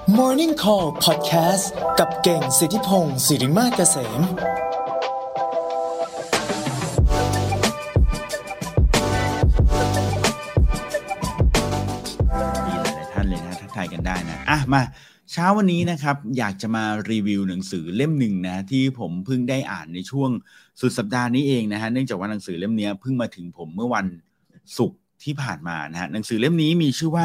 Morning Call Podcast กับเก่งสิทธิพงศ์สิริมาศเกษมท่านเลยนะทักทายกันได้นะมาเช้าวันนี้นะครับอยากจะมารีวิวหนังสือเล่มหนึ่งนะที่ผมเพิ่งได้อ่านในช่วงสุดสัปดาห์นี้เองนะฮะเนื่องจากว่าหนังสือเล่มนี้เพิ่งมาถึงผมเมื่อวันศุกร์ที่ผ่านมานะฮะหนังสือเล่มนี้มีชื่อว่า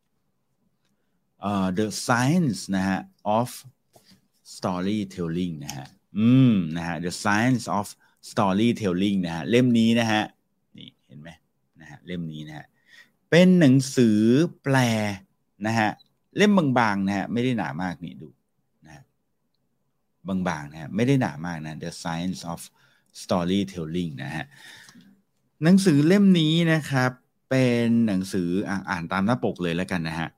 The Science นะฮะ of Storytelling นะฮะนะฮะ The Science of Storytelling นะฮะเล่มนี้นะฮะนี่เห็นไหมนะฮะเล่มนี้นะฮะเป็นหนังสือแปลนะฮะเล่มบางๆนะฮะไม่ได้หนามากนี่ดูนะฮะบางๆนะฮะไม่ได้หนามากนะ The Science of Storytelling นะฮะหนังสือเล่มนี้นะครับเป็นหนังสืออ่านตามหน้าปกเลยแล้วกันนะฮะ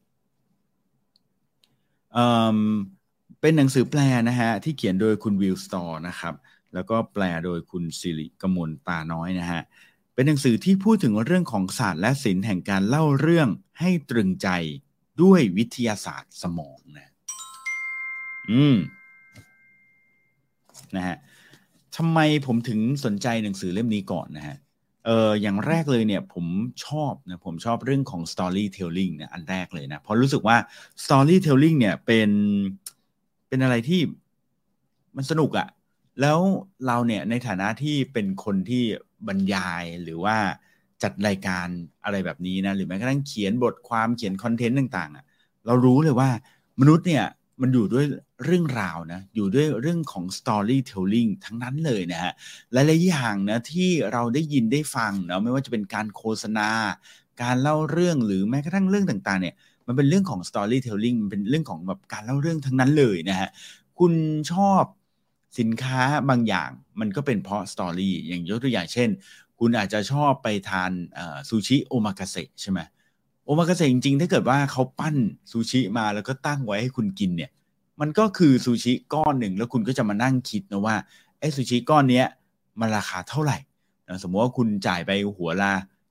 เป็นหนังสือแปลนะฮะที่เขียนโดยคุณวิลสตอร์นะครับแล้วก็แปลโดยคุณสิริกมลตาน้อยนะฮะเป็นหนังสือที่พูดถึงเรื่องของศาสตร์และศิลป์แห่งการเล่าเรื่องให้ตรึงใจด้วยวิทยาศาสตร์สมองนะนะฮะทำไมผมถึงสนใจหนังสือเล่มนี้ก่อนนะฮะอย่างแรกเลยเนี่ยผมชอบเรื่องของ storytelling นะอันแรกเลยนะเพราะรู้สึกว่า storytelling เนี่ยเป็นอะไรที่มันสนุกอะแล้วเราเนี่ยในฐานะที่เป็นคนที่บรรยายหรือว่าจัดรายการอะไรแบบนี้นะหรือแม้กระทั่งเขียนบทความเขียนคอนเทนต์ต่างๆอะเรารู้เลยว่ามนุษย์เนี่ยมันอยู่ด้วยเรื่องราวนะอยู่ด้วยเรื่องของ storytelling ทั้งนั้นเลยนะฮะหลายๆอย่างนะที่เราได้ยินได้ฟังนะไม่ว่าจะเป็นการโฆษณาการเล่าเรื่องหรือแม้กระทั่งเรื่องต่างๆเนี่ยมันเป็นเรื่องของ storytelling มันเป็นเรื่องของแบบการเล่าเรื่องทั้งนั้นเลยนะฮะคุณชอบสินค้าบางอย่างมันก็เป็นเพราะ story อย่างยกตัวอย่างเช่นคุณอาจจะชอบไปทานซูชิโอมากาเสะใช่ไหมโอมากาเสะจริงๆถ้าเกิดว่าเขาปั้นซูชิมาแล้วก็ตั้งไว้ให้คุณกินเนี่ยมันก็คือซูชิก้อนหนึ่งแล้วคุณก็จะมานั่งคิดนะว่าไอ้ซูชิก้อนเนี้ยมันราคาเท่าไหร่นะสมมติว่าคุณจ่ายไปหัวละ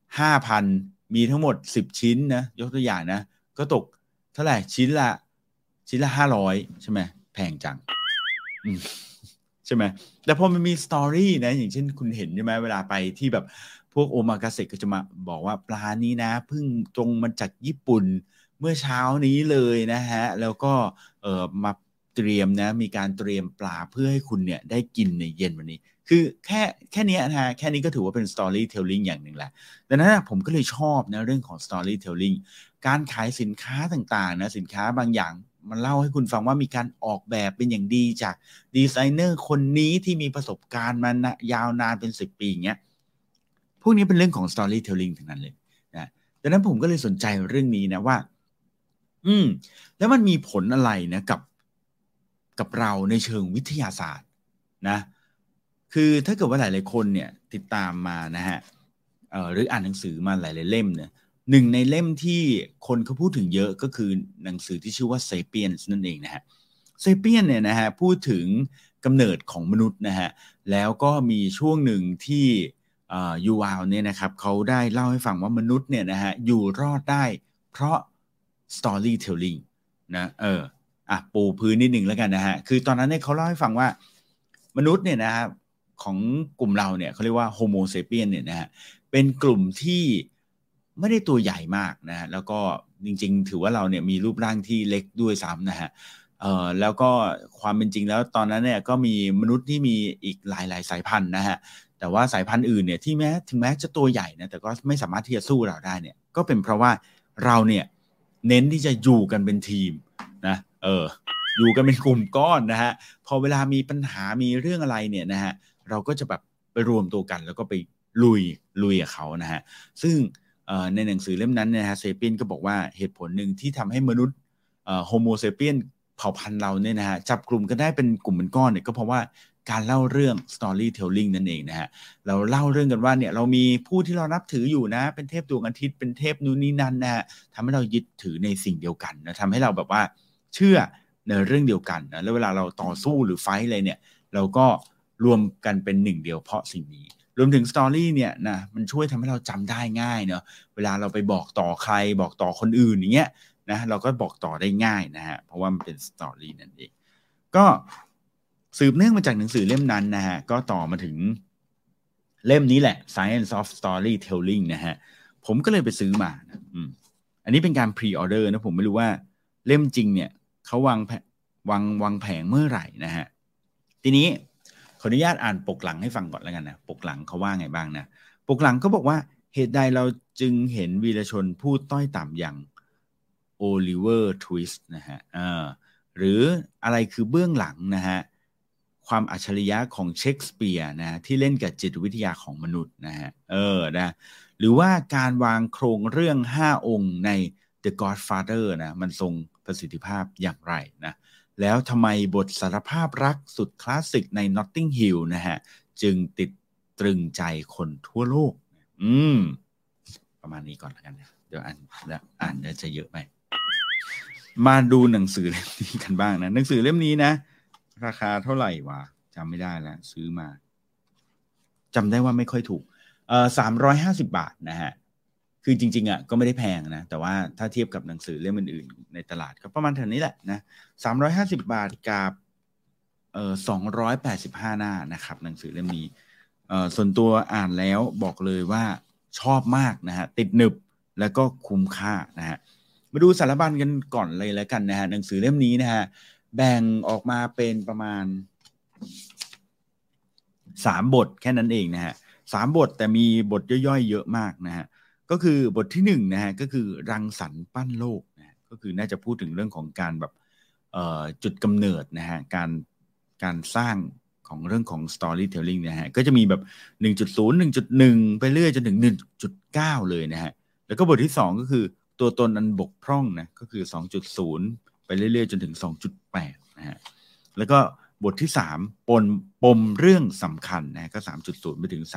5,000 มีทั้งหมด10ชิ้นนะยกตัวอย่างนะก็ตกเท่าไหร่ชิ้นละ500ใช่ไหมแพงจังใช่ไหมแต่พอมันมีสตอรี่นะอย่างเช่นคุณเห็นใช่ไหมเวลาไปที่แบบพวกโอมากาเสะก็จะมาบอกว่าปลานี้นะเพิ่งตรงมาจากญี่ปุ่นเมื่อเช้านี้เลยนะฮะแล้วก็มาเตรียมนะมีการเตรียมปลาเพื่อให้คุณเนี่ยได้กินในเย็นวันนี้คือแค่นี้นะฮะแค่นี้ก็ถือว่าเป็น storytelling อย่างหนึ่งแหละดังนั้นผมก็เลยชอบนะเรื่องของ storytelling การขายสินค้าต่างๆนะสินค้าบางอย่างมันเล่าให้คุณฟังว่ามีการออกแบบเป็นอย่างดีจากดีไซเนอร์คนนี้ที่มีประสบการณ์มายาวนานเป็น10 ปีอย่างเงี้ยพวกนี้เป็นเรื่องของ storytelling ทั้งนั้นเลยนะดังนั้นผมก็เลยสนใจเรื่องนี้นะว่าแล้วมันมีผลอะไรนะกับเราในเชิงวิทยาศาสตร์นะคือถ้าเกิดว่าหลายๆคนเนี่ยติดตามมานะฮะหรืออ่านหนังสือมาหลายๆเล่มเนี่ยหนึ่งในเล่มที่คนเขาพูดถึงเยอะก็คือหนังสือที่ชื่อว่า Sapiens นั่นเองนะฮะ Sapiens เนี่ยนะฮะพูดถึงกำเนิดของมนุษย์นะฮะแล้วก็มีช่วงหนึ่งที่ยูวาลเนี่ยนะครับเขาได้เล่าให้ฟังว่ามนุษย์เนี่ยนะฮะอยู่รอดได้เพราะ storytelling นะปูพื้นนิดหนึ่งแล้วกันนะฮะคือตอนนั้นเนี่ยเขาเล่าให้ฟังว่ามนุษย์เนี่ยนะฮะของกลุ่มเราเนี่ยเขาเรียกว่า Homo sapiens เนี่ยนะฮะเป็นกลุ่มที่ไม่ได้ตัวใหญ่มากนะฮะแล้วก็จริงๆถือว่าเราเนี่ยมีรูปร่างที่เล็กด้วยซ้ำนะฮะแล้วก็ความเป็นจริงแล้วตอนนั้นเนี่ยก็มีมนุษย์ที่มีอีกหลายๆสายพันธุ์นะฮะแต่ว่าสายพันธุ์อื่นเนี่ยที่ถึงแม้จะตัวใหญ่นะแต่ก็ไม่สามารถที่จะสู้เราได้เนี่ยก็เป็นเพราะว่าเราเนี่ยเน้นที่จะอยู่กันเป็นทีมนะอยู่กันเป็นกลุ่มก้อนนะฮะพอเวลามีปัญหามีเรื่องอะไรเนี่ยนะฮะเราก็จะแบบไปรวมตัวกันแล้วก็ไปลุยกับเขานะฮะซึ่งในหนังสือเล่มนั้นนะฮะเซเปียนก็บอกว่าเหตุผลหนึ่งที่ทำให้มนุษย์โฮโมเซเปียนเผ่าพันธุ์เราเนี่ยนะฮะจับกลุ่มกันได้เป็นกลุ่มเป็นก้อนเนี่ยก็เพราะว่าการเล่าเรื่อง storytelling นั่นเองนะฮะเราเล่าเรื่องกันว่าเนี่ยเรามีผู้ที่เรานับถืออยู่นะเป็นเทพดวงอาทิตย์เป็นเทพนู่นนี่นั่นนะฮะทำให้เรายึดถือในสิ่งเดียวกันนะทำให้เราแบบว่าเชื่อในเรื่องเดียวกันนะแล้วเวลาเราต่อสู้หรือไฟท์อะไรเนี่ยเราก็รวมกันเป็นหนึ่งเดียวเพราะสิ่งนี้รวมถึงสตอรี่เนี่ยนะมันช่วยทำให้เราจำได้ง่ายเนาะเวลาเราไปบอกต่อใครบอกต่อคนอื่นอย่างเงี้ยนะเราก็บอกต่อได้ง่ายนะฮะเพราะว่ามันเป็นสตอรี่นั่นเองก็สืบเนื่องมาจากหนังสือเล่มนั้นนะฮะก็ต่อมาถึงเล่มนี้แหละ Science of Storytelling นะฮะผมก็เลยไปซื้อมานะอันนี้เป็นการพรีออเดอร์นะผมไม่รู้ว่าเล่มจริงเนี่ยเขาวางแผงเมื่อไหร่นะฮะทีนี้ขออนุญาตอ่านปกหลังให้ฟังก่อนแล้วกันนะปกหลังเขาว่าไงบ้างนะปกหลังก็บอกว่าเหตุใดเราจึงเห็นวีรชนผู้ต้อยต่ำอย่างโอลิเวอร์ทวิสต์นะฮะหรืออะไรคือเบื้องหลังนะฮะความอัจฉริยะของเชคสเปียร์นะที่เล่นกับจิตวิทยาของมนุษย์นะฮะนะหรือว่าการวางโครงเรื่อง5องค์ใน The Godfather นะมันทรงประสิทธิภาพอย่างไรนะแล้วทำไมบทสารภาพรักสุดคลาสสิกใน Notting Hill นะฮะจึงติดตรึงใจคนทั่วโลกประมาณนี้ก่อนแล้วกันนะเดี๋ยวอ่านจะเยอะไปมาดูหนังสือเล่มนี้กันบ้างนะหนังสือเล่มนี้นะราคาเท่าไหร่วะจำไม่ได้แล้วซื้อมาจำได้ว่าไม่ค่อยถูก350 บาทนะฮะคือจริงๆอ่ะก็ไม่ได้แพงนะแต่ว่าถ้าเทียบกับหนังสือเล่มอื่นๆในตลาดก็ประมาณเท่านี้แหละนะ350 บาทกับ285 หน้านะครับหนังสือเล่มนี้ส่วนตัวอ่านแล้วบอกเลยว่าชอบมากนะฮะติดหนึบแล้วก็คุ้มค่านะฮะมาดูสารบัญกันก่อนเลยแล้วกันนะฮะหนังสือเล่มนี้นะฮะแบ่งออกมาเป็นประมาณ3 บทแค่นั้นเองนะฮะ3 บทแต่มีบทย่อยๆเยอะมากนะฮะก็คือบทที่1นะฮะก็คือรังสรรค์ปั้นโลกนะก็คือน่าจะพูดถึงเรื่องของการแบบจุดกำเนิดนะฮะการสร้างของเรื่องของ storytelling นะฮะก็จะมีแบบ 1.0 1.1 ไปเรื่อยจนถึง 1.9 เลยนะฮะแล้วก็บทที่2ก็คือตัวตนอันบกพร่องนะก็คือ 2.0 ไปเรื่อยๆจนถึง 2.8 นะฮะแล้วก็บทที่3ปมเรื่องสำคัญนะก็ 3.0 ไปถึง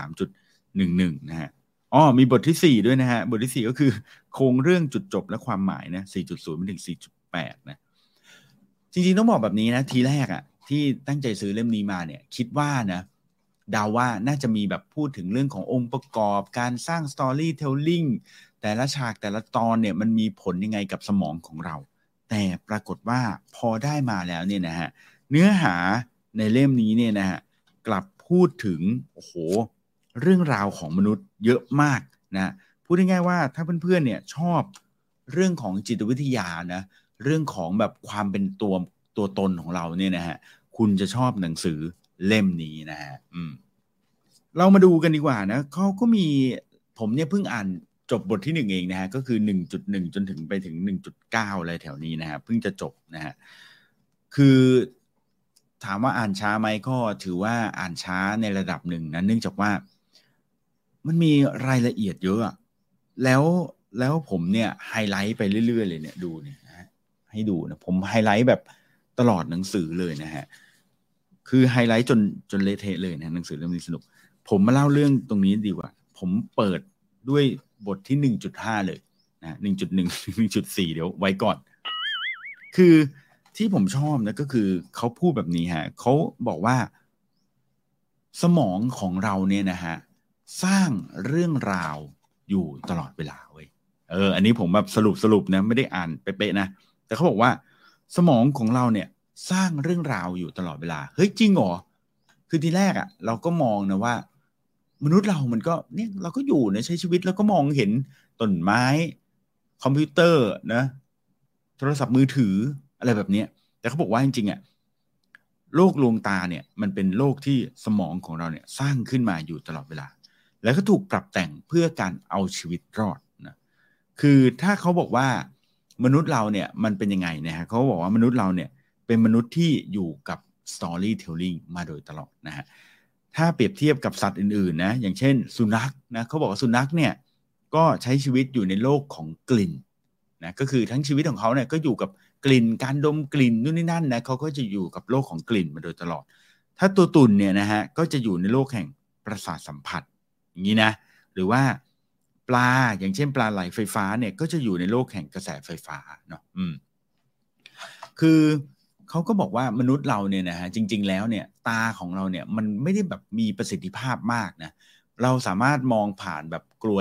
3.11 นะฮะมีบทที่4ด้วยนะฮะบทที่4ก็คือโครงเรื่องจุดจบและความหมายนะ 4.0 ไปถึง 4.8 นะจริงๆต้องบอกแบบนี้นะทีแรกอ่ะที่ตั้งใจซื้อเล่มนี้มาเนี่ยคิดว่านะเดาว่าน่าจะมีแบบพูดถึงเรื่องขององค์ประกอบการสร้าง storytelling แต่ละฉากแต่ละตอนเนี่ยมันมีผลยังไงกับสมองของเราแต่ปรากฏว่าพอได้มาแล้วเนี่ยนะฮะเนื้อหาในเล่มนี้เนี่ยนะฮะกลับพูดถึงโอ้โหเรื่องราวของมนุษย์เยอะมากนะพูดง่ายๆว่าถ้าเพื่อนๆเนี่ยชอบเรื่องของจิตวิทยานะเรื่องของแบบความเป็นตัวตนของเราเนี่ยนะฮะคุณจะชอบหนังสือเล่มนี้นะฮะเรามาดูกันดีกว่านะเขาก็มีผมเนี่ยเพิ่งอ่านจบบทที่1เองนะฮะก็คือ 1.1 จนถึงไปถึง 1.9 อะไรแถวนี้นะฮะเพิ่งจะจบนะฮะคือถามว่าอ่านช้าไหมก็ถือว่าอ่านช้าในระดับหนึ่งนะเนื่องจากว่ามันมีรายละเอียดเยอะแล้วผมเนี่ยไฮไลท์ไปเรื่อยๆเลยเนี่ยดูเนี่ยนะฮะให้ดูนะผมไฮไลท์แบบตลอดหนังสือเลยนะฮะคือไฮไลท์จนเละเทะเลยนะหนังสือเล่มนี้สนุกผมมาเล่าเรื่องตรงนี้ดีกว่าผมเปิดด้วยบทที่ 1.5 เลยนะ 1.1 1.4 เดี๋ยวไว้ก่อนคือที่ผมชอบนะก็คือเขาพูดแบบนี้ฮะเขาบอกว่าสมองของเราเนี่ยนะฮะสร้างเรื่องราวอยู่ตลอดเวลาเว้ยอันนี้ผมแบบสรุปนะไม่ได้อ่านเป๊ะๆนะแต่เขาบอกว่าสมองของเราเนี่ยสร้างเรื่องราวอยู่ตลอดเวลาเฮ้ยจริงเหรอคือทีแรกอ่ะเราก็มองนะว่ามนุษย์เรามันก็เนี่ยเราก็อยู่ในใช้ชีวิตแล้วก็มองเห็นต้นไม้คอมพิวเตอร์นะโทรศัพท์มือถืออะไรแบบนี้แต่เขาบอกว่าจริงๆอ่ะโลกลวงตาเนี่ยมันเป็นโลกที่สมองของเราเนี่ยสร้างขึ้นมาอยู่ตลอดเวลาแล้วก็ถูกปรับแต่งเพื่อการเอาชีวิตรอดนะคือถ้าเขาบอกว่ามนุษย์เราเนี่ยมันเป็นยังไงนะฮะเขาบอกว่ามนุษย์เราเนี่ยเป็นมนุษย์ที่อยู่กับ storytelling มาโดยตลอดนะฮะถ้าเปรียบเทียบกับสัตว์อื่นๆนะอย่างเช่นสุนัขนะเขาบอกว่าสุนัขเนี่ยก็ใช้ชีวิตอยู่ในโลกของกลิ่นนะก็คือทั้งชีวิตของเขาเนี่ยก็อยู่กับกลิ่นการดมกลิ่นนู่นนี่นั่นนะเขาก็จะอยู่กับโลกของกลิ่นมาโดยตลอดถ้าตัวตุ่นเนี่ยนะฮะก็จะอยู่ในโลกแห่งประสาทสัมผัสอย่างนี้นะหรือว่าปลาอย่างเช่นปลาไหลไฟฟ้าเนี่ยก็จะอยู่ในโลกแห่งกระแสไฟฟ้าเนาะคือเขาก็บอกว่ามนุษย์เราเนี่ยนะฮะจริงๆแล้วเนี่ยตาของเราเนี่ยมันไม่ได้แบบมีประสิทธิภาพมากนะเราสามารถมองผ่านแบบกลวย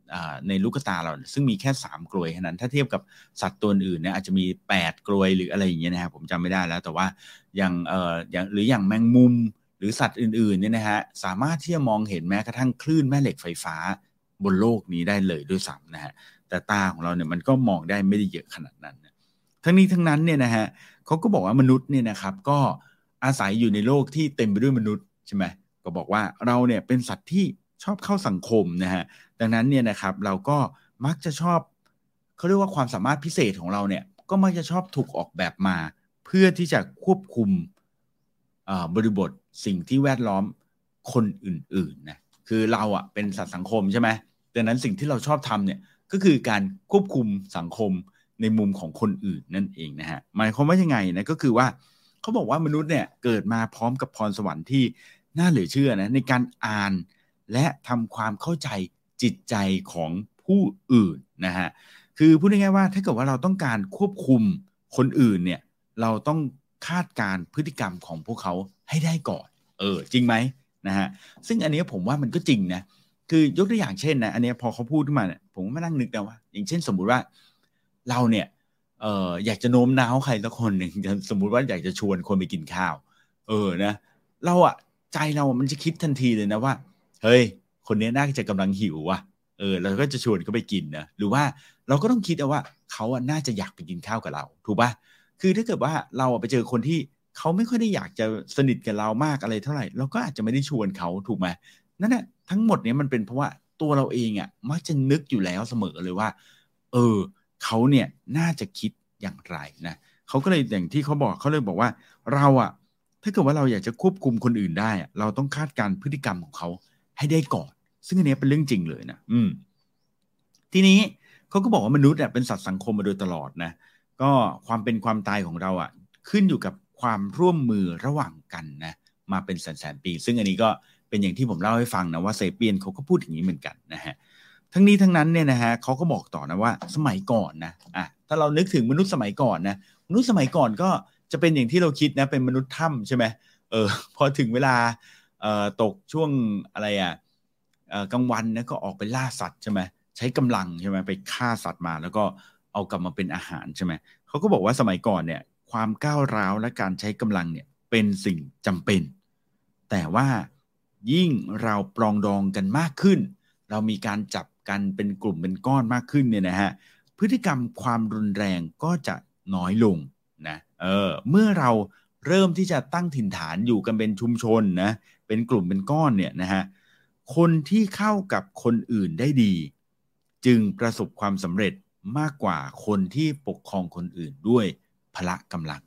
ในลูกตาเราซึ่งมีแค่3กรวยเท่านั้นถ้าเทียบกับสัตว์ตัวอื่นเนี่ยอาจจะมี8กรวยหรืออะไรอย่างเงี้ยนะครับผมจำไม่ได้แล้วแต่ว่าอย่างแมงมุมหรือสัตว์อื่นๆเนี่ยนะฮะสามารถที่จะมองเห็นแม้กระทั่งคลื่นแม่เหล็กไฟฟ้าบนโลกนี้ได้เลยด้วยซ้ำนะฮะแต่ตาของเราเนี่ยมันก็มองได้ไม่ได้เยอะขนาดนั้นทั้งนี้ทั้งนั้นเนี่ยนะฮะเขาก็บอกว่ามนุษย์เนี่ยนะครับก็อาศัยอยู่ในโลกที่เต็มไปด้วยมนุษย์ใช่ไหมก็บอกว่าเราเนี่ยเป็นสัตว์ที่ชอบเข้าสังคมนะฮะดังนั้นเนี่ยนะครับเราก็มักจะชอบเขาเรียกว่าความสามารถพิเศษของเราเนี่ยก็มักจะชอบถูกออกแบบมาเพื่อที่จะควบคุมบริบทสิ่งที่แวดล้อมคนอื่นๆนะคือเราอ่ะเป็นสัตว์สังคมใช่ไหมดังนั้นสิ่งที่เราชอบทำเนี่ยก็คือการควบคุมสังคมในมุมของคนอื่นนั่นเองนะฮะหมายความว่ายังไงนะก็คือว่าเขาบอกว่ามนุษย์เนี่ยเกิดมาพร้อมกับพรสวรรค์ที่น่าเหลือเชื่อนะในการอ่านและทำความเข้าใจจิตใจของผู้อื่นนะฮะคือพูดง่ายๆว่าถ้าเกิดว่าเราต้องการควบคุมคนอื่นเนี่ยเราต้องคาดการพฤติกรรมของพวกเขาให้ได้ก่อนจริงไหมนะฮะซึ่งอันนี้ผมว่ามันก็จริงนะคือยกตัวอย่างเช่นนะอันนี้พอเขาพูดขึ้นมาเนี่ยผมก็มานั่งนึกนะว่าอย่างเช่นสมมุติว่าเราเนี่ยอยากจะโน้มน้าวใครสักคนหนึ่งสมมุติว่าอยากจะชวนคนไปกินข้าวนะเราอะใจเรามันจะคิดทันทีเลยนะว่าเฮ้ยคนนี้น่าจะกำลังหิวว่ะเราก็จะชวนเขาไปกินนะหรือว่าเราก็ต้องคิดว่าเขาน่าจะอยากไปกินข้าวกับเราถูกป่ะคือถ้าเกิดว่าเราไปเจอคนที่เขาไม่ค่อยได้อยากจะสนิทกับเรามากอะไรเท่าไหร่เราก็อาจจะไม่ได้ชวนเขาถูกไหมนั่นแหละทั้งหมดนี้มันเป็นเพราะว่าตัวเราเองอ่ะมักจะนึกอยู่แล้วเสมอเลยว่าเขาเนี่ยน่าจะคิดอย่างไรนะเขาก็เลยอย่างที่เขาบอกเขาเลยบอกว่าเราอ่ะถ้าเกิดว่าเราอยากจะควบคุมคนอื่นได้เราต้องคาดการพฤติกรรมของเขาให้ได้ก่อนซึ่งอันนี้เป็นเรื่องจริงเลยนะทีนี้เขาก็บอกว่ามนุษย์เป็นสัตว์สังคมมาโดยตลอดนะก็ความเป็นความตายของเราขึ้นอยู่กับความร่วมมือระหว่างกันนะมาเป็นแสนปีซึ่งอันนี้ก็เป็นอย่างที่ผมเล่าให้ฟังนะว่าเซเปียนเขาก็พูดอย่างนี้เหมือนกันนะฮะทั้งนี้ทั้งนั้นเนี่ยนะฮะเขาก็บอกต่อนะว่าสมัยก่อนนะถ้าเรานึกถึงมนุษย์สมัยก่อนนะมนุษย์สมัยก่อนก็จะเป็นอย่างที่เราคิดนะเป็นมนุษย์ถ้ำใช่ไหมพอถึงเวลาตกช่วงอะไรกลางวันนะก็ออกไปล่าสัตว์ใช่ไหมใช้กำลังใช่ไหมไปฆ่าสัตว์มาแล้วก็เอากลับมาเป็นอาหารใช่ไหมเขาก็บอกว่าสมัยก่อนเนี่ยความก้าวร้าวและการใช้กำลังเนี่ยเป็นสิ่งจำเป็นแต่ว่ายิ่งเราปรองดองกันมากขึ้นเรามีการจับกันเป็นกลุ่มเป็นก้อนมากขึ้นเนี่ยนะฮะพฤติกรรมความรุนแรงก็จะน้อยลงนะเมื่อเราเริ่มที่จะตั้งถิ่นฐานอยู่กันเป็นชุมชนนะเป็นกลุ่มเป็นก้อนเนี่ยนะฮะคนที่เข้ากับคนอื่นได้ดีจึงประสบความสำเร็จมากกว่าคนที่ปกครองคนอื่นด้วยพละกำลัง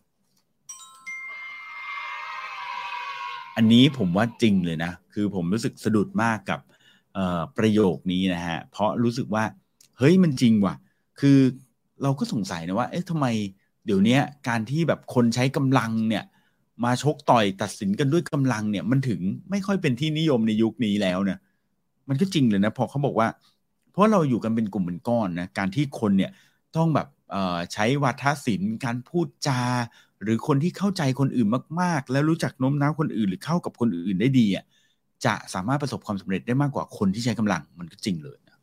อันนี้ผมว่าจริงเลยนะคือผมรู้สึกสะดุดมากกับประโยคนี้นะฮะเพราะรู้สึกว่าเฮ้ยมันจริงว่ะคือเราก็สงสัยนะว่าทำไมเดี๋ยวนี้การที่แบบคนใช้กำลังเนี่ยมาชกต่อยตัดสินกันด้วยกำลังเนี่ยมันถึงไม่ค่อยเป็นที่นิยมในยุคนี้แล้วเนี่ยมันก็จริงเลยนะพอเขาบอกว่าเพราะเราอยู่กันเป็นกลุ่มเป็นก้อนนะการที่คนเนี่ยต้องแบบใช้วาทศิลป์การพูดจาหรือคนที่เข้าใจคนอื่นมากๆแล้วรู้จักโน้มน้าวคนอื่นหรือเข้ากับคนอื่นได้ดีจะสามารถประสบความสำเร็จได้มากกว่าคนที่ใช้กำลังมันก็จริงเลยนะ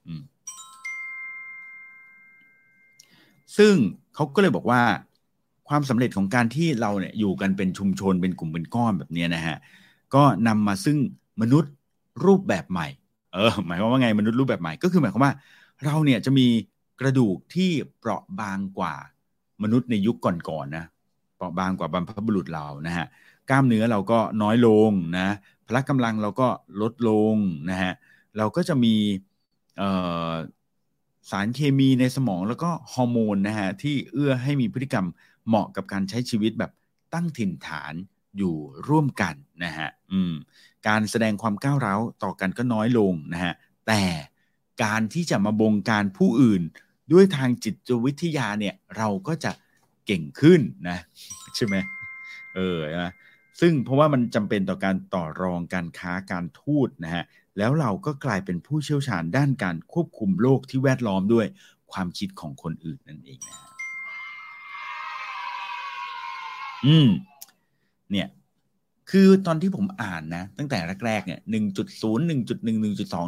ซึ่งเขาก็เลยบอกว่าความสำเร็จของการที่เราเนี่ยอยู่กันเป็นชุมชนเป็นกลุ่มเป็นก้อนแบบนี้นะฮะก็นำมาซึ่งมนุษย์รูปแบบใหม่หมายความว่าไงมนุษย์รูปแบบใหม่ก็คือหมายความว่าเราเนี่ยจะมีกระดูกที่เปราะบางกว่ามนุษย์ในยุคก่อนๆนะเปราะบางกว่าบรรพบุรุษเรานะฮะกล้ามเนื้อเราก็น้อยลงนะพละกำลังเราก็ลดลงนะฮะเราก็จะมีสารเคมีในสมองแล้วก็ฮอร์โมนนะฮะที่เอื้อให้มีพฤติกรรมเหมาะกับการใช้ชีวิตแบบตั้งถิ่นฐานอยู่ร่วมกันนะฮะการแสดงความก้าวร้าวต่อกันก็น้อยลงนะฮะแต่การที่จะมาบงการผู้อื่นด้วยทางจิตวิทยาเนี่ยเราก็จะเก่งขึ้นนะใช่ไหมนะซึ่งเพราะว่ามันจำเป็นต่อการต่อรองการค้าการทูตนะฮะแล้วเราก็กลายเป็นผู้เชี่ยวชาญด้านการควบคุมโลกที่แวดล้อมด้วยความคิดของคนอื่นนั่นเองนะเนี่ยคือตอนที่ผมอ่านนะตั้งแต่แรกๆเนี่ย 1.0 1.1 1.2 เนี่ย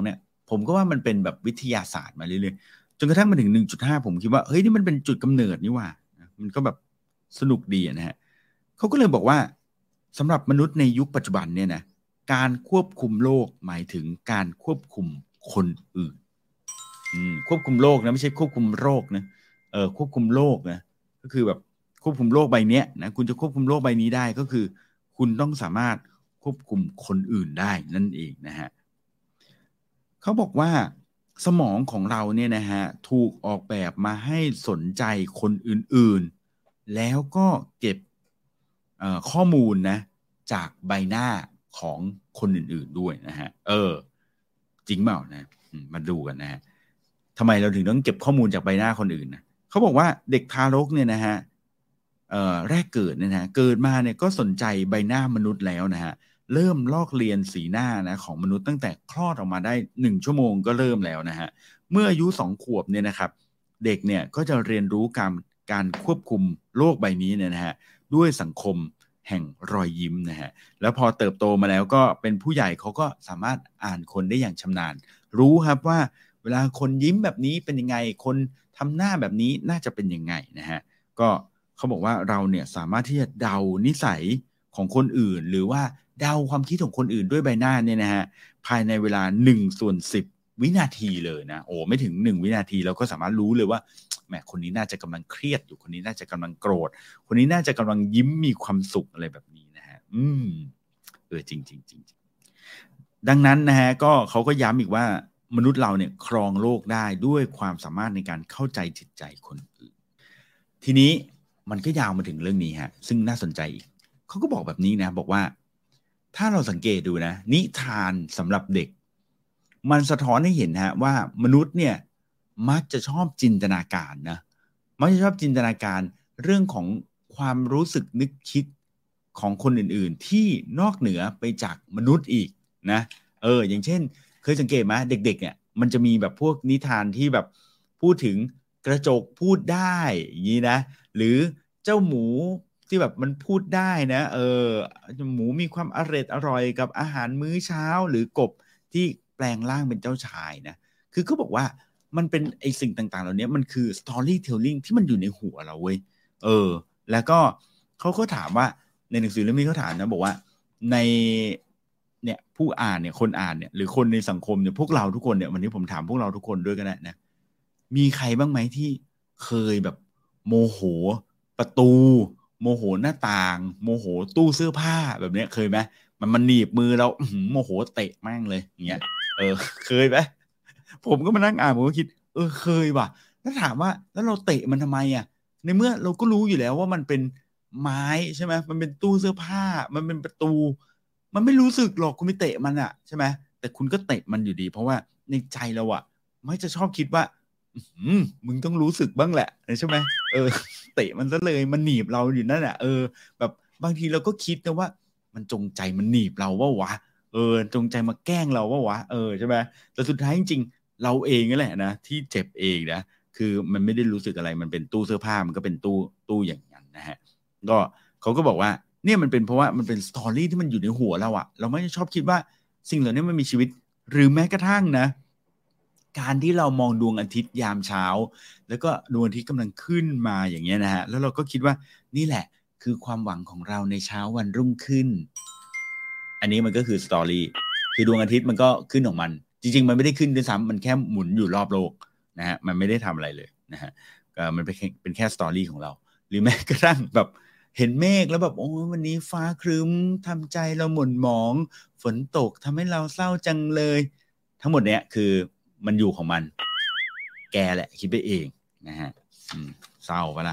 ผมก็ว่ามันเป็นแบบวิทยาศาสตร์มาเรื่อยๆจนกระทั่งมาถึง 1.5 ผมคิดว่าเฮ้ยนี่มันเป็นจุดกำเนิดนี่ว่ามันก็แบบสนุกดีนะฮะเขาก็เลยบอกว่าสำหรับมนุษย์ในยุคปัจจุบันเนี่ยนะการควบคุมโลกหมายถึงการควบคุมคนอื่นควบคุมโลกนะไม่ใช่ควบคุมโรคนะควบคุมโลกนะก็คือแบบควบคุมโลกใบนี้นะคุณจะควบคุมโลกใบนี้ได้ก็คือคุณต้องสามารถควบคุมคนอื่นได้นั่นเองนะฮะเขาบอกว่าสมองของเราเนี่ยนะฮะถูกออกแบบมาให้สนใจคนอื่นๆแล้วก็เก็บข้อมูลนะจากใบหน้าของคนอื่นๆด้วยนะฮะจริงเปล่านะมาดูกันนะฮะทำไมเราถึงต้องเก็บข้อมูลจากใบหน้าคนอื่นนะเขาบอกว่าเด็กทารกเนี่ยนะฮะแรกเกิดเนี่ยนะเกิดมาเนี่ยก็สนใจใบหน้ามนุษย์แล้วนะฮะเริ่มลอกเลียนสีหน้านะของมนุษย์ตั้งแต่คลอดออกมาได้1 ชั่วโมงก็เริ่มแล้วนะฮะเมื่ออายุ2 ขวบเนี่ยนะครับเด็กเนี่ยก็จะเรียนรู้การควบคุมโลกใบนี้เนี่ยนะฮะด้วยสังคมแห่งรอยยิ้มนะฮะแล้วพอเติบโตมาแล้วก็เป็นผู้ใหญ่เขาก็สามารถอ่านคนได้อย่างชำนาญรู้ครับว่าเวลาคนยิ้มแบบนี้เป็นยังไงคนทำหน้าแบบนี้น่าจะเป็นยังไงนะฮะก็เขาบอกว่าเราเนี่ยสามารถที่จะเดานิสัยของคนอื่นหรือว่าเดาความคิดของคนอื่นด้วยใบหน้าเนี่ยนะฮะภายในเวลา1/10 วินาทีเลยนะโอ้ไม่ถึง1 วินาทีเราก็สามารถรู้เลยว่าแหมคนนี้น่าจะกำลังเครียดอยู่คนนี้น่าจะกำลังโกรธคนนี้น่าจะกำลังยิ้มมีความสุขอะไรแบบนี้นะฮะจริงจริงจริงดังนั้นนะฮะก็เขาก็ย้ำอีกว่ามนุษย์เราเนี่ยครองโลกได้ด้วยความสามารถในการเข้าใจจิตใจคนอื่นทีนี้มันก็ยาวมาถึงเรื่องนี้ฮะซึ่งน่าสนใจอีกเขาก็บอกแบบนี้นะบอกว่าถ้าเราสังเกตดูนะนิทานสำหรับเด็กมันสะท้อนให้เห็นฮะว่ามนุษย์เนี่ยมักจะชอบจินตนาการนะมักจะชอบจินตนาการเรื่องของความรู้สึกนึกคิดของคนอื่นๆที่นอกเหนือไปจากมนุษย์อีกนะอย่างเช่นเคยสังเกตไหมเด็กๆเนี่ยมันจะมีแบบพวกนิทานที่แบบพูดถึงกระจกพูดได้อย่างนี้นะหรือเจ้าหมูที่แบบมันพูดได้นะหมูมีความอร่อยกับอาหารมื้อเช้าหรือกบที่แปลงร่างเป็นเจ้าชายนะคือเขาบอกว่ามันเป็นไอสิ่งต่างๆเหล่านี้มันคือ storytelling ที่มันอยู่ในหัวเราเว้ยแล้วก็เขาก็ถามว่าในหนังสือเล่มนี้เขาถามนะบอกว่าในเนี่ยผู้อ่านเนี่ยคนอ่านเนี่ยหรือคนในสังคมเนี่ยพวกเราทุกคนเนี่ยวันนี้ผมถามพวกเราทุกคนด้วยก็ได้นะมีใครบ้างไหมที่เคยแบบโมโหประตูโมโหหน้าต่างโมโหตู้เสื้อผ้าแบบนี้เคยไหมมันหนีบมือเราโมโหเตะแม่งเลยอย่างเงี้ยเคยไหมผมก็มานั่งอ่านผมก็คิดเคยว่ะแล้วถามว่าแล้วเราเตะมันทำไมอ่ะในเมื่อเราก็รู้อยู่แล้วว่ามันเป็นไม้ใช่ไหมมันเป็นตู้เสื้อผ้ามันเป็นประตูมันไม่รู้สึกหรอกคุณไม่เตะมันอ่ะใช่ไหมแต่คุณก็เตะมันอยู่ดีเพราะว่าในใจเราอ่ะไม่จะชอบคิดว่ามึงต้องรู้สึกบ้างแหละใช่ไหมเตะมันซะเลยมันหนีบเราอยู่นั่นแหละแบบบางทีเราก็คิดนะว่ามันจงใจมันหนีบเราว่าวะจงใจมาแกล้งเราว่าวะใช่ไหมแต่สุดท้ายจริงๆเราเองนั่นแหละนะที่เจ็บเองนะคือมันไม่ได้รู้สึกอะไรมันเป็นตู้เสื้อผ้ามันก็เป็นตู้อย่างนั้นนะฮะก็เขาก็บอกว่าเนี่ยมันเป็นเพราะว่ามันเป็นสตอรี่ที่มันอยู่ในหัวเราอะเราไม่ชอบคิดว่าสิ่งเหล่านี้มันมีชีวิตหรือแม้กระทั่งนะการที่เรามองดวงอาทิตย์ยามเช้าแล้วก็ดวงอาทิตย์กำลังขึ้นมาอย่างเงี้ยนะฮะแล้วเราก็คิดว่านี่แหละคือความหวังของเราในเช้าวันรุ่งขึ้นอันนี้มันก็คือสตอรี่คือดวงอาทิตย์มันก็ขึ้นของมันจริงๆมันไม่ได้ขึ้นด้วยซ้ำมันแค่หมุนอยู่รอบโลกนะฮะมันไม่ได้ทำอะไรเลยนะฮะมันเป็นแค่สตอรี่ของเราหรือแม้กระทั่งแบบเห็นเมฆแล้วแบบโอ้วันนี้ฟ้าครึ้มทำใจเราหม่นหมองฝนตกทำให้เราเศร้าจังเลยทั้งหมดเนี้ยคือมันอยู่ของมันแกแหละคิดไปเองนะฮะเศร้าปะล่ะ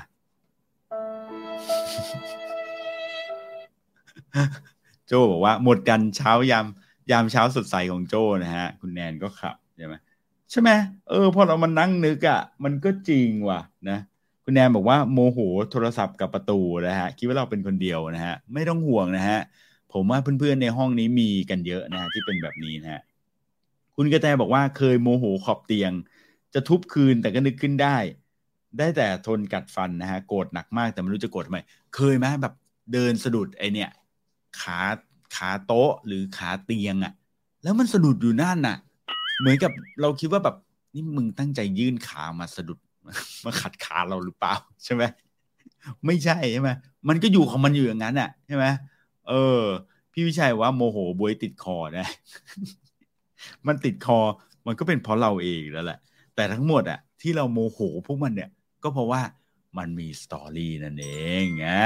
โจบอกว่าหมดกันเช้ายามเช้าสดใสของโจนะฮะคุณแนนก็ขับใช่ไหมพอเรามานั่งนึกอ่ะมันก็จริงว่ะนะคุณแนนบอกว่าโมโหโทรศัพท์กับประตูนะฮะคิดว่าเราเป็นคนเดียวนะฮะไม่ต้องห่วงนะฮะผมว่าเพื่อนๆในห้องนี้มีกันเยอะนะฮะที่เป็นแบบนี้นะฮะคุณกระแตบอกว่าเคยโมโหขอบเตียงจะทุบคืนแต่ก็นึกขึ้นได้แต่ทนกัดฟันนะฮะโกรธหนักมากแต่ไม่รู้จะโกรธทำไมเคยไหมแบบเดินสะดุดไอเนี่ยขาโต๊ะหรือขาเตียงอ่ะแล้วมันสะดุดอยู่นั่นน่ะเหมือนกับเราคิดว่าแบบนี่มึงตั้งใจยื่นขามาสะดุดมาขัดขาเราหรือเปล่าใช่ไหมไม่ใช่ใช่ไหมมันก็อยู่ของมันอยู่อย่างนั้นอ่ะใช่ไหมเออพี่วิชัยว่าโมโหบวยติดคอนะมันติดคอมันก็เป็นเพราะเราเองแล้วแหละแต่ทั้งหมดอ่ะที่เราโมโหพวกมันเนี่ยก็เพราะว่ามันมีสตอรี่นั่นเองนะ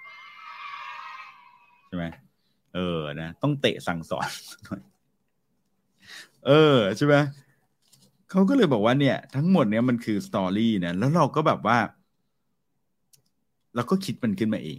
ใช่ไหมนะต้องเตะสั่งสอนใช่ไหมเขาก็เลยบอกว่าเนี่ยทั้งหมดเนี่ยมันคือสตอรี่นะแล้วเราก็แบบว่าเราก็คิดมันขึ้นมาเอง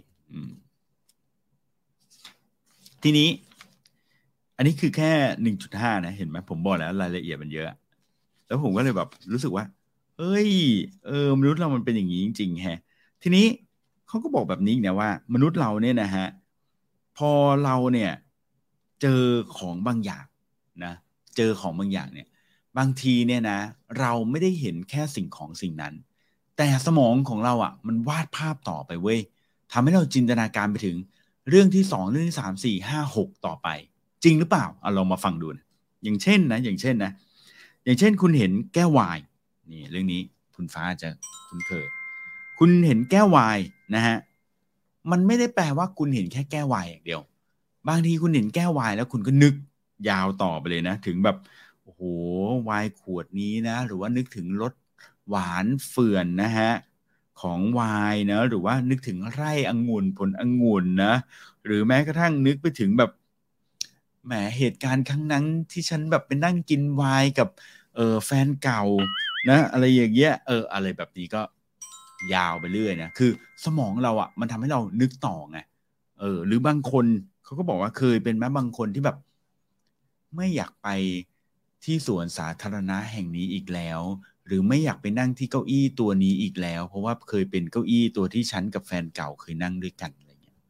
ทีนี้อันนี้คือแค่ 1.5 นะเห็นไหมผมบอกแล้วรายละเอียดมันเยอะแล้วผมก็เลยแบบรู้สึกว่าเอ้ยมนุษย์เรามันเป็นอย่างนี้จริงๆแฮะทีนี้เขาก็บอกแบบนี้นะว่ามนุษย์เราเนี่ยนะฮะพอเราเนี่ยเจอของบางอย่างนะเจอของบางอย่างเนี่ยบางทีเนี่ยนะเราไม่ได้เห็นแค่สิ่งของสิ่งนั้นแต่สมองของเราอ่ะมันวาดภาพต่อไปเว้ยทำให้เราจินตนาการไปถึงเรื่องที่2เรื่องที่3 4 5 6ต่อไปจริงหรือเปล่าเอาลองมาฟังดูนะอย่างเช่นคุณเห็นแก้วไวน์นี่เรื่องนี้คุณฟ้าจะคุ้นเคยคุณเห็นแก้วไวน์นะฮะมันไม่ได้แปลว่าคุณเห็นแค่แก้วไวน์อย่างเดียวบางทีคุณเห็นแก้วไวน์แล้วคุณก็นึกยาวต่อไปเลยนะถึงแบบโอ้โหไวน์ขวดนี้นะหรือว่านึกถึงรสหวานเฟื่อนนะฮะของไวน์นะหรือว่านึกถึงไร่องุ่นผลองุ่นนะหรือแม้กระทั่งนึกไปถึงแบบแหมเหตุการณ์ครั้งนั้นที่ฉันแบบไปนั่งกินไวน์กับแฟนเก่านะอะไรอย่างเงี้ยอะไรแบบนี้ก็ยาวไปเรื่อยนะคือสมองเราอ่ะมันทำให้เรานึกต่อไงหรือบางคนเขาก็บอกว่าเคยเป็นแม้บางคนที่แบบไม่อยากไปที่สวนสาธารณะแห่งนี้อีกแล้วหรือไม่อยากไปนั่งที่เก้าอี้ตัวนี้อีกแล้วเพราะว่าเคยเป็นเก้าอี้ตัวที่ฉันกับแฟนเก่าเคยนั่งด้วยกันอะไรเงี้ย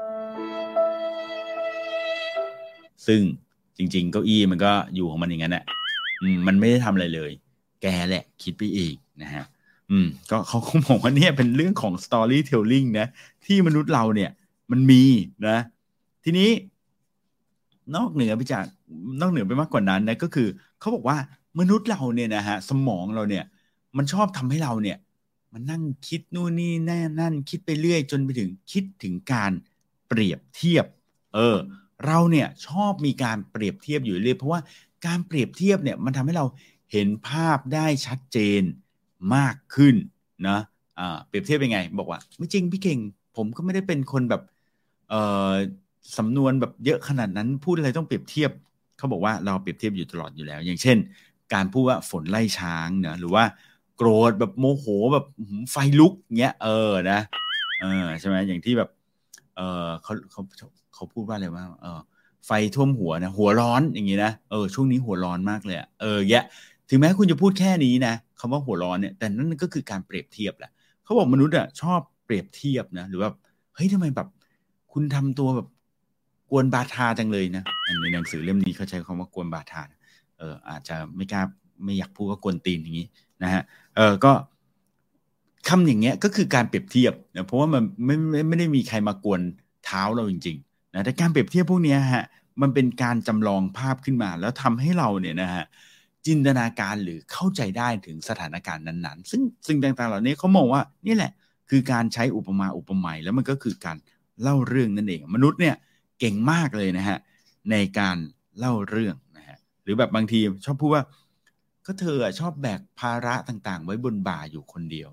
ซึ่งจริงๆเก้าอี้มันก็อยู่ของมันอย่างนั้นแหละมันไม่ได้ทำอะไรเลยแกแหละคิดไปเองนะฮะก็เขาคงบอกว่าเนี่ยเป็นเรื่องของ storytelling นะที่มนุษย์เราเนี่ยมันมีนะทีนี้นอกเหนือไปมากกว่านั้นนะก็คือเขาบอกว่ามนุษย์เราเนี่ยนะฮะสมองเราเนี่ยมันชอบทำให้เราเนี่ยมันนั่งคิดนู่นนี่นั่นคิดไปเรื่อยจนไปถึงคิดถึงการเปรียบเทียบเราเนี่ยชอบมีการเปรียบเทียบอยู่เรื่อยเพราะว่าการเปรียบเทียบเนี่ยมันทำให้เราเห็นภาพได้ชัดเจนมากขึ้นนะเปรียบเทียบยังไงบอกว่าไม่จริงพี่เก่งผมก็ไม่ได้เป็นคนแบบสำนวนแบบเยอะขนาดนั้นพูดอะไรต้องเปรียบเทียบเขาบอกว่าเราเปรียบเทียบอยู่ตลอดอยู่แล้วอย่างเช่นการพูดว่าฝนไล่ช้างนะหรือว่าโกรธแบบโมโหแบบไฟลุกเงี้ยนะใช่ไหมอย่างที่แบบเขาพูดว่าอะไรว่าไฟท่วมหัวนะหัวร้อนอย่างงี้นะช่วงนี้หัวร้อนมากเลยแยะถึงแม้คุณจะพูดแค่นี้นะคำว่าหัวร้อนเนี่ยแต่นั่นก็คือการเปรียบเทียบแหละเขาบอกมนุษย์อ่ะชอบเปรียบเทียบนะหรือว่าเฮ้ยทำไมแบบคุณทำตัวแบบกวนบาทาจังเลยนะในหนังสือเล่มนี้เขาใช้คำว่ากวนบาทาอาจจะไม่อยากพูดว่ากวนตีนอย่างนี้นะฮะก็คำอย่างเงี้ยก็คือการเปรียบเทียบนะเพราะว่ามันไม่ได้มีใครมากวนเท้าเราจริงๆนะแต่การเปรียบเทียบพวกนี้ฮะมันเป็นการจำลองภาพขึ้นมาแล้วทำให้เราเนี่ยนะฮะจินตนาการหรือเข้าใจได้ถึงสถานการณ์นั้นๆซึ่งสิ่งต่างๆเหล่านี้เขามองว่านี่แหละคือการใช้อุปมาอุปไมยแล้วมันก็คือการเล่าเรื่องนั่นเองมนุษย์เนี่ยเก่งมากเลยนะฮะในการเล่าเรื่องนะฮะหรือแบบบางทีชอบพูดว่าก็เธอชอบแบกภาระต่างๆไว้บนบ่าอยู่คนเดียว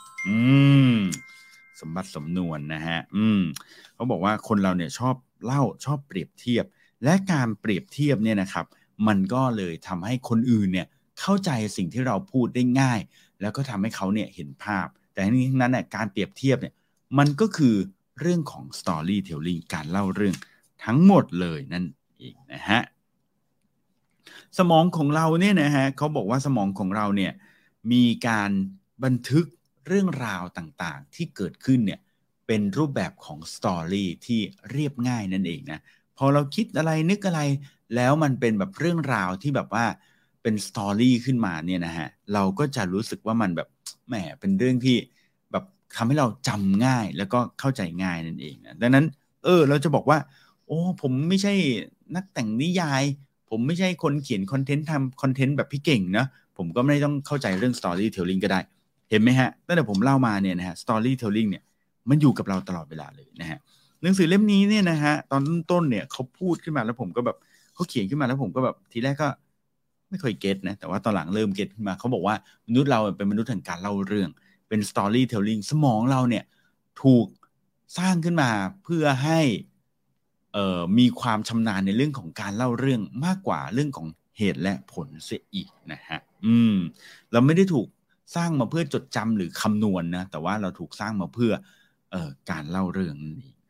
สมบัติสมนวนนะฮะเขาบอกว่าคนเราเนี่ยชอบเล่าชอบเปรียบเทียบและการเปรียบเทียบเนี่ยนะครับมันก็เลยทำให้คนอื่นเนี่ยเข้าใจสิ่งที่เราพูดได้ง่ายแล้วก็ทำให้เขาเนี่ยเห็นภาพแต่ทั้งนี้ทั้งนั้นเนี่ยการเปรียบเทียบเนี่ยมันก็คือเรื่องของ storytelling การเล่าเรื่องทั้งหมดเลยนั่นเองนะฮะสมองของเราเนี่ยนะฮะเขาบอกว่าสมองของเราเนี่ยมีการบันทึกเรื่องราวต่างๆที่เกิดขึ้นเนี่ยเป็นรูปแบบของสตอรี่ที่เรียบง่ายนั่นเองนะพอเราคิดอะไรนึกอะไรแล้วมันเป็นแบบเรื่องราวที่แบบว่าเป็นสตอรี่ขึ้นมาเนี่ยนะฮะเราก็จะรู้สึกว่ามันแบบแหมเป็นเรื่องที่แบบทำให้เราจำง่ายแล้วก็เข้าใจง่ายนั่นเองนะดังนั้นเราจะบอกว่าโอ้ผมไม่ใช่นักแต่งนิยายผมไม่ใช่คนเขียนคอนเทนต์ทำคอนเทนต์แบบพี่เก่งนะผมก็ไม่ต้องเข้าใจเรื่อง storytelling ก็ได้เห็นไหมฮะตั้งแต่ผมเล่ามาเนี่ยนะฮะ storytelling เนี่ยมันอยู่กับเราตลอดเวลาเลยนะฮะหนังสือเล่มนี้เนี่ยนะฮะตอนต้นเนี่ยเขาพูดขึ้นมาแล้วผมก็แบบเขาเขียนขึ้นมาแล้วผมก็แบบทีแรกก็ไม่ค่อยเก็ตนะแต่ว่าตอนหลังเริ่มเก็ตขึ้นมาเขาบอกว่ามนุษย์เราเป็นมนุษย์แห่งการเล่าเรื่องเป็น storytelling สมองเราเนี่ยถูกสร้างขึ้นมาเพื่อให้มีความชำนาญในเรื่องของการเล่าเรื่องมากกว่าเรื่องของเหตุและผลเสียอีกนะฮะเราไม่ได้ถูกสร้างมาเพื่อจดจำหรือคำนวณนะแต่ว่าเราถูกสร้างมาเพื่อการเล่าเรื่องนั่นเอง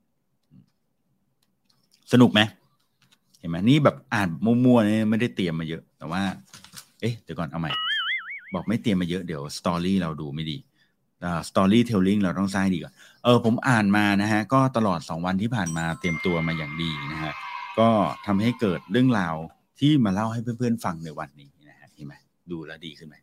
สนุกไหมเห็นไหมนี่แบบอ่านมั่วๆนี่ไม่ได้เตรียมมาเยอะแต่ว่าเดี๋ยวก่อนเอาใหม่บอกไม่เตรียมมาเยอะเดี๋ยวสตอรี่เราดูไม่ดีstorytelling เราต้องสร้างดีก่อนผมอ่านมานะฮะก็ตลอด2วันที่ผ่านมาเตรียมตัวมาอย่างดีนะฮะก็ทำให้เกิดเรื่องราวที่มาเล่าให้เพื่อนๆฟังในวันนี้นะฮะเห็นไหมดูแล้วดีขึ้นไหม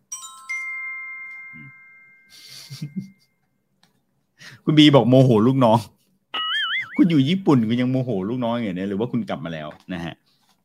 คุณบีบอกโมโหลูกน้องคุณอยู่ญี่ปุ่นคุณยังโมโหลูกน้องอย่างนี้หรือว่าคุณกลับมาแล้วนะฮะ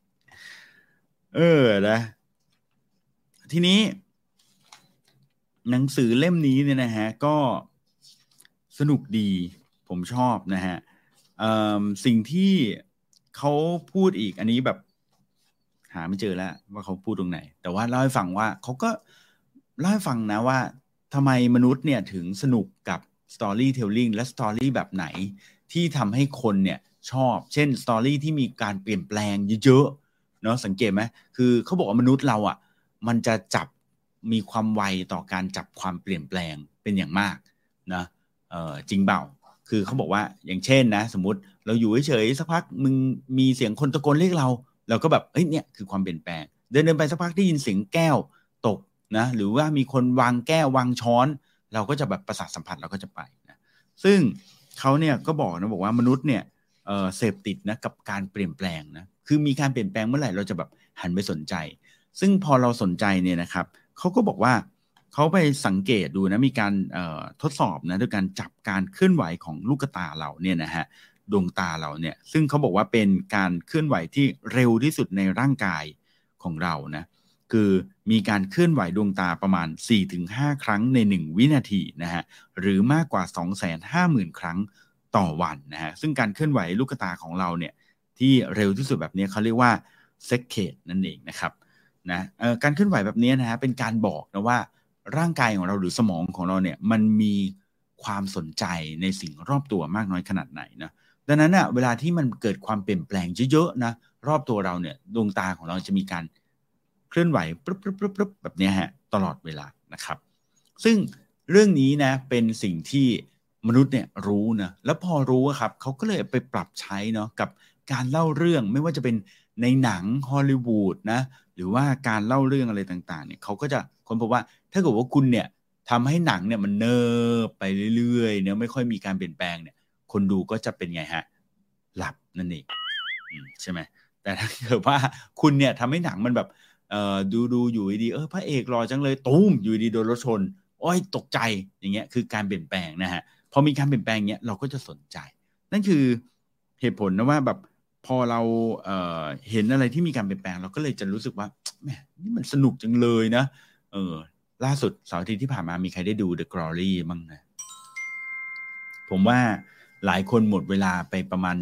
นะทีนี้หนังสือเล่มนี้เนี่ยนะฮะก็สนุกดีผมชอบนะฮะสิ่งที่เขาพูดอีกอันนี้แบบหาไม่เจอแล้วว่าเขาพูดตรงไหนแต่ว่าเล่าให้ฟังว่าเขาก็เล่าให้ฟังนะว่าทำไมมนุษย์เนี่ยถึงสนุกกับ storytelling และ story แบบไหนที่ทำให้คนเนี่ยชอบเช่น story ที่มีการเปลี่ยนแปลงเยอะๆเนาะสังเกตไหมคือเขาบอกว่ามนุษย์เราอ่ะมันจะมีความไวต่อการจับความเปลี่ยนแปลงเป็นอย่างมากนะจริงเปล่าคือเขาบอกว่าอย่างเช่นนะสมมุติเราอยู่เฉยๆสักพักมึงมีเสียงคนตะโกนเรียกเราก็แบบเนี่ยคือความเปลี่ยนแปลงเดินไปสักพักได้ยินเสียงแก้วตกนะหรือว่ามีคนวางแก้ววางช้อนเราก็จะแบบประสาทสัมผัสเราก็จะไปนะซึ่งเขาเนี่ยก็บอกว่ามนุษย์เนี่ยเสพติดนะกับการเปลี่ยนแปลงนะคือมีการเปลี่ยนแปลงเมื่อไหร่เราจะแบบหันไปสนใจซึ่งพอเราสนใจเนี่ยนะครับเขาก็บอกว่าเขาไปสังเกตดูนะมีการทดสอบนะด้วยการจับการเคลื่อนไหวของลูกตาเราเนี่ยนะฮะดวงตาเราเนี่ยซึ่งเขาบอกว่าเป็นการเคลื่อนไหวที่เร็วที่สุดในร่างกายของเรานะคือมีการเคลื่อนไหวดวงตาประมาณ 4-5 ครั้งใน1วินาทีนะฮะหรือมากกว่า 250,000 ครั้งต่อวันนะฮะซึ่งการเคลื่อนไหวลูกตาของเราเนี่ยที่เร็วที่สุดแบบนี้เขาเรียกว่าเซคเคดนั่นเองนะครับนะการเคลื่อนไหวแบบนี้นะฮะเป็นการบอกนะว่าร่างกายของเราหรือสมองของเราเนี่ยมันมีความสนใจในสิ่งรอบตัวมากน้อยขนาดไหนนะดังนั้นอ่ะเวลาที่มันเกิดความเปลี่ยนแปลงเยอะๆนะรอบตัวเราเนี่ยดวงตาของเราจะมีการเคลื่อนไหวปุ๊บแบบนี้ฮะตลอดเวลานะครับซึ่งเรื่องนี้นะเป็นสิ่งที่มนุษย์เนี่ยรู้นะแล้วพอรู้ครับเขาก็เลยไปปรับใช้เนาะกับการเล่าเรื่องไม่ว่าจะเป็นในหนังฮอลลีวูดนะหรือว่าการเล่าเรื่องอะไรต่างๆเนี่ยเขาก็จะค้นพบว่าถ้าเกิดว่าคุณเนี่ยทำให้หนังเนี่ยมันเนิบไปเรื่อยๆเนี่ยไม่ค่อยมีการเปลี่ยนแปลงเนี่ยคนดูก็จะเป็นไงฮะหลับนั่นเองใช่ไหมแต่ถ้าเกิดว่าคุณเนี่ยทำให้หนังมันแบบดูอยู่ดีพระเอกรอจังเลยตูมอยู่ดีโดนรถชนโอ้ยตกใจอย่างเงี้ยคือการเปลี่ยนแปลงนะฮะพอมีการเปลี่ยนแปลงเงี้ยเราก็จะสนใจนั่นคือเหตุผลนะว่าแบบพอเราเห็นอะไรที่มีการเปลี่ยนแปลงเราก็เลยจะรู้สึกว่าแหมนี่มันสนุกจังเลยนะล่าสุดเสาร์อาทิตย์ที่ผ่านมามีใครได้ดู The Glory บ้างนะผมว่าหลายคนหมดเวลาไปประมาณ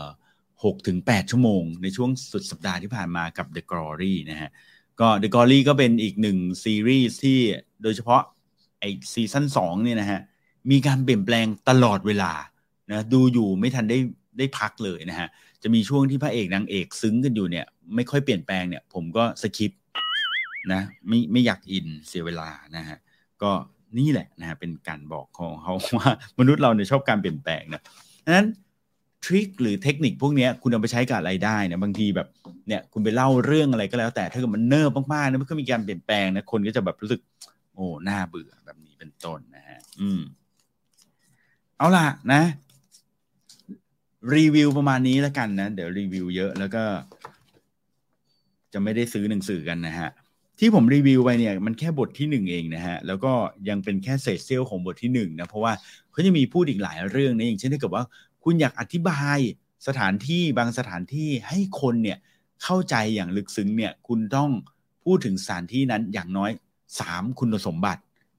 6-8 ชั่วโมงในช่วงสุดสัปดาห์ที่ผ่านมากับ The Glory นะฮะก็ The Glory ก็เป็นอีกหนึ่งซีรีส์ที่โดยเฉพาะไอ้ซีซั่น2เนี่ยนะฮะมีการเปลี่ยนแปลงตลอดเวลานะดูอยู่ไม่ทันได้พักเลยนะฮะจะมีช่วงที่พระเอกนางเอกซึ้งกันอยู่เนี่ยไม่ค่อยเปลี่ยนแปลงเนี่ยผมก็สคิปนะไม่อยากอินเสียเวลานะฮะก็นี่แหละนะฮะเป็นการบอกของเขาว่ามนุษย์เราเนี่ยชอบการเปลี่ยนแปลงนะดังนั้นทริคหรือเทคนิคพวกนี้คุณเอาไปใช้กับอะไรได้นะบางทีแบบเนี่ยคุณไปเล่าเรื่องอะไรก็แล้วแต่ถ้าเกิดมันเนิบมากๆนะมันก็มีการเปลี่ยนแปลงนะคนก็จะแบบรู้สึกโอ้น่าเบื่อแบบนี้เป็นต้นนะฮะเอาล่ะนะรีวิวประมาณนี้แล้วกันนะเดี๋ยวรีวิวเยอะแล้วก็จะไม่ได้ซื้อหนังสือกันนะฮะที่ผมรีวิวไปเนี่ยมันแค่บทที่1เองนะฮะแล้วก็ยังเป็นแค่เศษเสี้ยวของบทที่1นะเพราะว่าเขาจะมีพูดอีกหลายเรื่องนะอย่างเช่นถ้าเกิดว่าคุณอยากอธิบายสถานที่บางสถานที่ให้คนเนี่ยเข้าใจอย่างลึกซึ้งเนี่ยคุณต้องพูดถึงสถานที่นั้นอย่างน้อย3คุณสมบัติ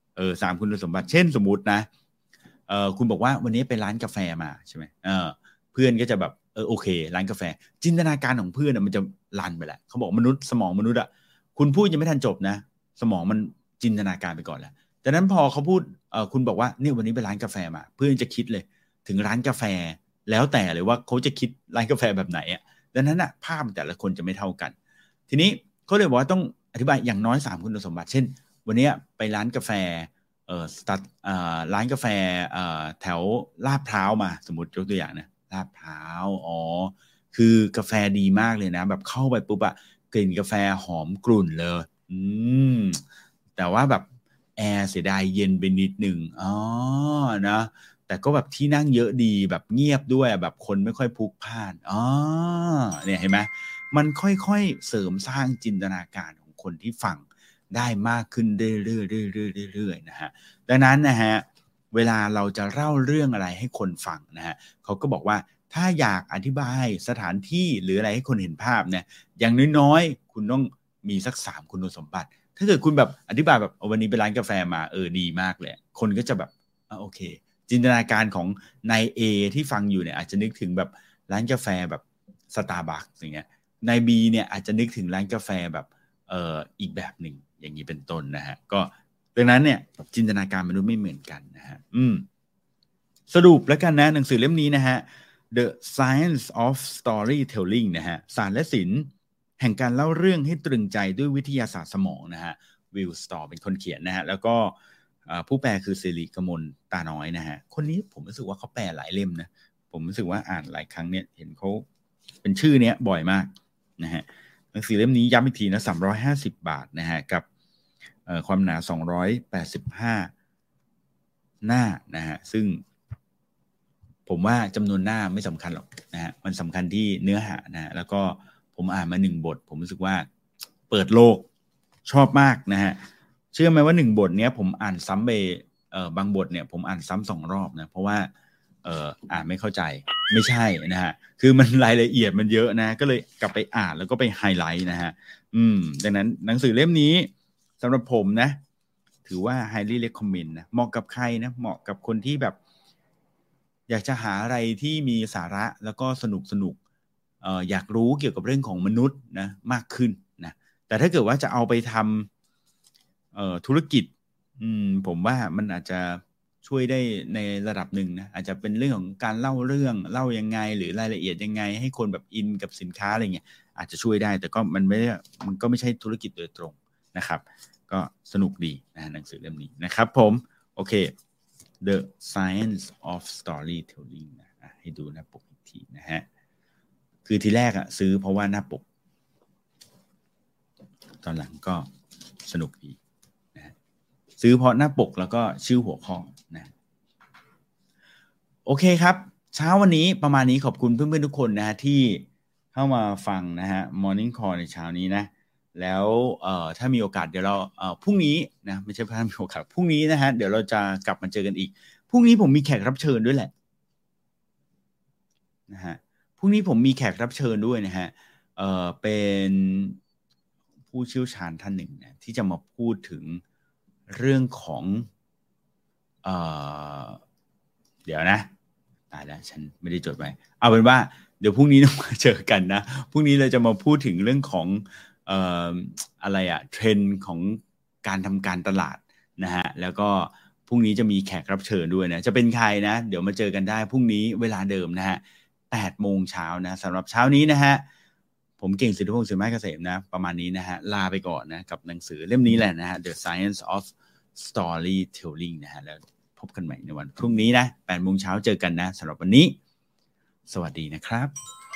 3คุณสมบัติเช่นสมมุตินะคุณบอกว่าวันนี้ไปร้านกาแฟมาใช่ไหมเพื่อนก็จะแบบโอเคร้านกาแฟจินตนาการของเพื่อนมันจะลันไปแหละเขาบอกสมองมนุษย์คุณพูดยังไม่ทันจบนะสมองมันจินตนาการไปก่อนแล้วดังนั้นพอเขาพูดคุณบอกว่าเนี่ยวันนี้ไปร้านกาแฟมาเพื่อนจะคิดเลยถึงร้านกาแฟแล้วแต่เลยว่าเขาจะคิดร้านกาแฟแบบไหนดังนั้นภาพแต่ละคนจะไม่เท่ากันทีนี้เขาเลยบอกว่าต้องอธิบายอย่างน้อย3คุณสมบัติเช่นวันนี้ไปร้านกาแฟร้านกาแฟแถวลาดพร้าวมาสมมติยกตัวอย่างนะลาดพร้าวคือกาแฟดีมากเลยนะแบบเข้าไปปุ๊บกลิ่นกาแฟหอมกรุ่นเลยแต่ว่าแบบแอร์เสียดายเย็นไปนิดหนึ่งนะแต่ก็แบบที่นั่งเยอะดีแบบเงียบด้วยแบบคนไม่ค่อยพลุกพล่านเนี่ยเห็นไหมมันค่อยๆเสริมสร้างจินตนาการของคนที่ฟังได้มากขึ้นเรื่อยๆนะฮะดังนั้นนะฮะเวลาเราจะเล่าเรื่องอะไรให้คนฟังนะฮะเขาก็บอกว่าถ้าอยากอธิบายสถานที่หรืออะไรให้คนเห็นภาพเนี่ยอย่างน้อยๆคุณต้องมีสัก3คุณสมบัติถ้าเกิดคุณแบบอธิบายแบบวันนี้ไปร้านกาแฟมาดีมากเลยคนก็จะแบบโอเคจินตนาการของนาย A ที่ฟังอยู่เนี่ยอาจจะนึกถึงแบบร้านกาแฟแบบสตาร์บัคส์อย่างเงี้ยนาย B เนี่ยอาจจะนึกถึงร้านกาแฟแบบอีกแบบหนึ่งอย่างนี้เป็นต้นนะฮะก็ดังนั้นเนี่ยจินตนาการมนุษย์ไม่เหมือนกันนะฮะสรุปแล้วกันนะหนังสือเล่มนี้นะฮะ The Science of Storytelling นะฮะศาสตร์และศิลป์แห่งการเล่าเรื่องให้ตรึงใจด้วยวิทยาศาสตร์สมองนะฮะวิลสตอร์เป็นคนเขียนนะฮะแล้วก็ผู้แปลคือสิริกมลตาน้อยนะฮะคนนี้ผมรู้สึกว่าเขาแปลหลายเล่มนะผมรู้สึกว่าอ่านหลายครั้งเนี่ยเห็นเขาเป็นชื่อเนี้ยบ่อยมากนะฮะหนังสือเล่มนี้ย้ำอีกทีนะ350 บาทนะฮะกับความหนา285หน้านะฮะซึ่งผมว่าจำนวนหน้าไม่สำคัญหรอกนะฮะมันสำคัญที่เนื้อหานะฮะแล้วก็ผมอ่านมา1บทผมรู้สึกว่าเปิดโลกชอบมากนะฮะเชื่อไหมว่า1บทเนี้ยผมอ่านซ้ำไปบางบทเนี่ยผมอ่านซ้ำ2รอบนะเพราะว่าอ่านไม่เข้าใจไม่ใช่นะฮะคือมันรายละเอียดมันเยอะนะก็เลยกลับไปอ่านแล้วก็ไปไฮไลท์นะฮะดังนั้นหนังสือเล่มนี้สำหรับผมนะถือว่า highly recommend นะเหมาะกับใครนะเหมาะกับคนที่แบบอยากจะหาอะไรที่มีสาระแล้วก็สนุกอยากรู้เกี่ยวกับเรื่องของมนุษย์นะมากขึ้นนะแต่ถ้าเกิดว่าจะเอาไปทำธุรกิจผมว่ามันอาจจะช่วยได้ในระดับหนึ่งนะอาจจะเป็นเรื่องของการเล่าเรื่องเล่ายังไงหรือรายละเอียดยังไงให้คนแบบอินกับสินค้าอะไรเงี้ยอาจจะช่วยได้แต่ก็มันก็ไม่ใช่ธุรกิจโดยตรงนะครับก็สนุกดีนะหนังสือเล่มนี้นะครับผมโอเค The Science of Storytelling นะให้ดูหน้าปกอีกทีนะฮะคือทีแรกซื้อเพราะว่าหน้าปกตอนหลังก็สนุกดีนะซื้อเพราะหน้าปกแล้วก็ชื่อหัวข้อนะโอเคครับเช้าวันนี้ประมาณนี้ขอบคุณเพื่อนๆทุกคนนะฮะที่เข้ามาฟังนะฮะ Morning Call ในเช้านี้นะแล้วถ้ามีโอกาสเดี๋ยวเราพรุ่งนี้นะไม่ใช่ถ้ามีโอกาสพรุ่งนี้นะฮะเดี๋ยวเราจะกลับมาเจอกันอีกพรุ่งนี้ผมมีแขกรับเชิญด้วยแหละนะฮะพรุ่งนี้ผมมีแขกรับเชิญด้วยนะฮะเป็นผู้เชี่ยวชาญท่านหนึ่งนะที่จะมาพูดถึงเรื่องของเดี๋ยวนะตายแล้วฉันไม่ได้จดไว้เอาเป็นว่าเดี๋ยวพรุ่งนี้ต้องมาเจอกันนะพรุ่งนี้เราจะมาพูดถึงเรื่องของอะไรเทรนด์ของการทำการตลาดนะฮะแล้วก็พรุ่งนี้จะมีแขกรับเชิญด้วยนะจะเป็นใครนะเดี๋ยวมาเจอกันได้พรุ่งนี้เวลาเดิมนะฮะ 8 โมงเช้านะสำหรับเช้านี้นะฮะผมเก่งสิทธิพงศ์ สิริมาศเกษมนะประมาณนี้นะฮะลาไปก่อนนะกับหนังสือเล่มนี้แหละนะฮะ The Science of Storytelling นะฮะแล้วพบกันใหม่ในวันพรุ่งนี้นะ 8 โมงเช้าเจอกันนะสำหรับวันนี้สวัสดีนะครับ